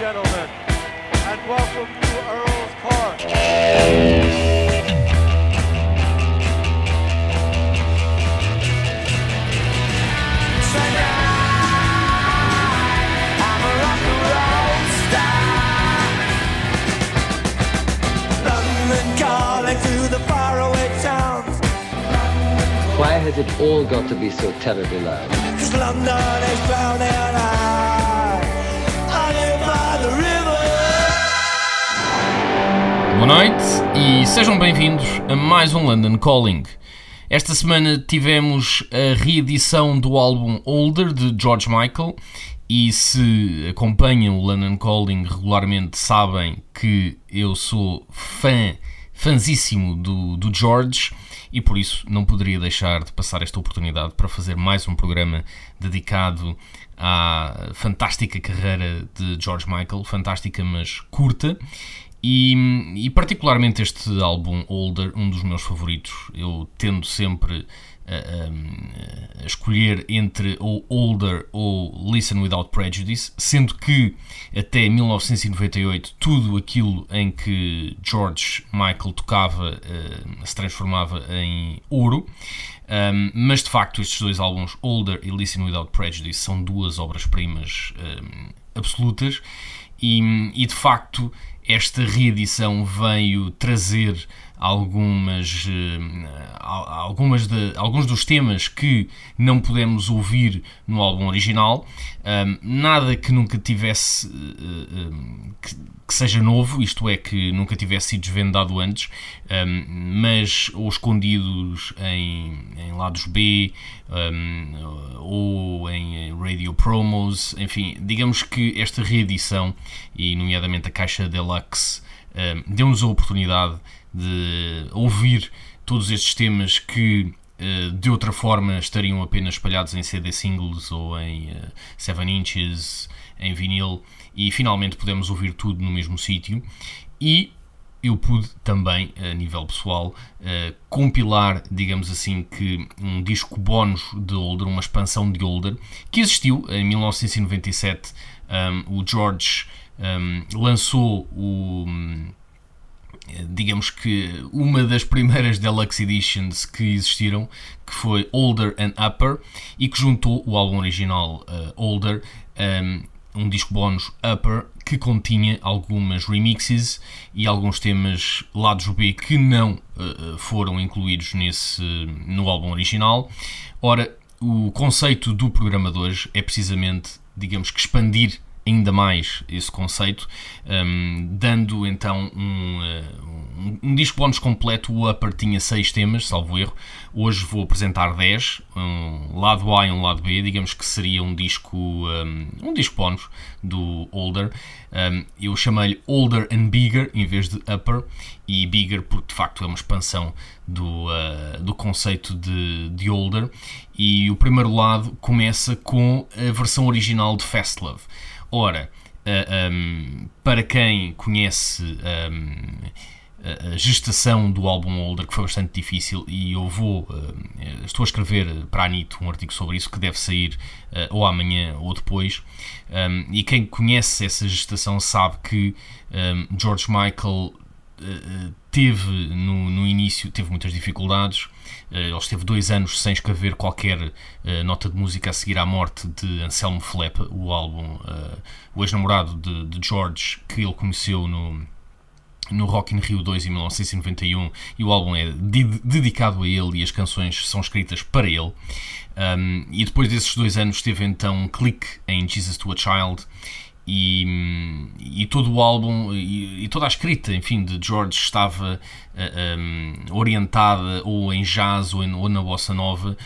gentlemen, and welcome to Earl's Court. I'm a rock and roll star. London calling to the faraway towns. Why has it all got to be so terribly loud? 'Cause London is drowning out. I live by the river. Boa noite e sejam bem-vindos a mais um London Calling. Esta semana tivemos a reedição do álbum Older de George Michael e se acompanham o London Calling regularmente sabem que eu sou fãzíssimo do George e por isso não poderia deixar de passar esta oportunidade para fazer mais um programa dedicado à fantástica carreira de George Michael, fantástica mas curta. E particularmente este álbum Older, um dos meus favoritos. Eu tendo sempre a escolher entre ou Older ou Listen Without Prejudice, sendo que até 1998 tudo aquilo em que George Michael tocava se transformava em ouro. Mas de facto estes dois álbuns, Older e Listen Without Prejudice, são duas obras-primas absolutas e de facto esta reedição veio trazer alguns dos temas que não pudemos ouvir no álbum original, nada que nunca tivesse que seja novo, isto é, que nunca tivesse sido desvendado antes, mas ou escondidos em lados B ou em radio promos, enfim, digamos que esta reedição e nomeadamente a caixa Deluxe deu-nos a oportunidade de ouvir todos estes temas que de outra forma estariam apenas espalhados em CD singles ou em 7 inches, em vinil, e finalmente pudemos ouvir tudo no mesmo sítio. E eu pude também, a nível pessoal, compilar, digamos assim, que um disco bónus de Older, uma expansão de Older, que existiu em 1997. O George lançou digamos que uma das primeiras Deluxe Editions que existiram, que foi Older and Upper, e que juntou o álbum original Older, um disco bónus Upper, que continha algumas remixes e alguns temas lados B que não foram incluídos no álbum original. Ora, o conceito do programa de hoje é precisamente, digamos que expandir ainda mais esse conceito, dando então um disco bónus completo. O Upper tinha 6 temas, salvo erro. Hoje vou apresentar 10, um lado A e um lado B, digamos que seria um disco bónus do Older. Eu chamei-lhe Older and Bigger em vez de Upper, e Bigger porque de facto é uma expansão do conceito de Older. E o primeiro lado começa com a versão original de Fast Love. Ora, para quem conhece a gestação do álbum Older, que foi bastante difícil, e eu estou a escrever para a Anitta um artigo sobre isso, que deve sair ou amanhã ou depois, e quem conhece essa gestação sabe que George Michael teve no início muitas dificuldades. Ele esteve 2 anos sem escrever qualquer nota de música a seguir à morte de Anselmo Flepa, o ex-namorado de George, que ele conheceu no Rock in Rio 2 em 1991, e o álbum é dedicado a ele e as canções são escritas para ele. E depois desses 2 anos teve então um clique em Jesus to a Child, e todo o álbum e toda a escrita, enfim, de George estava orientada ou em jazz ou na bossa nova,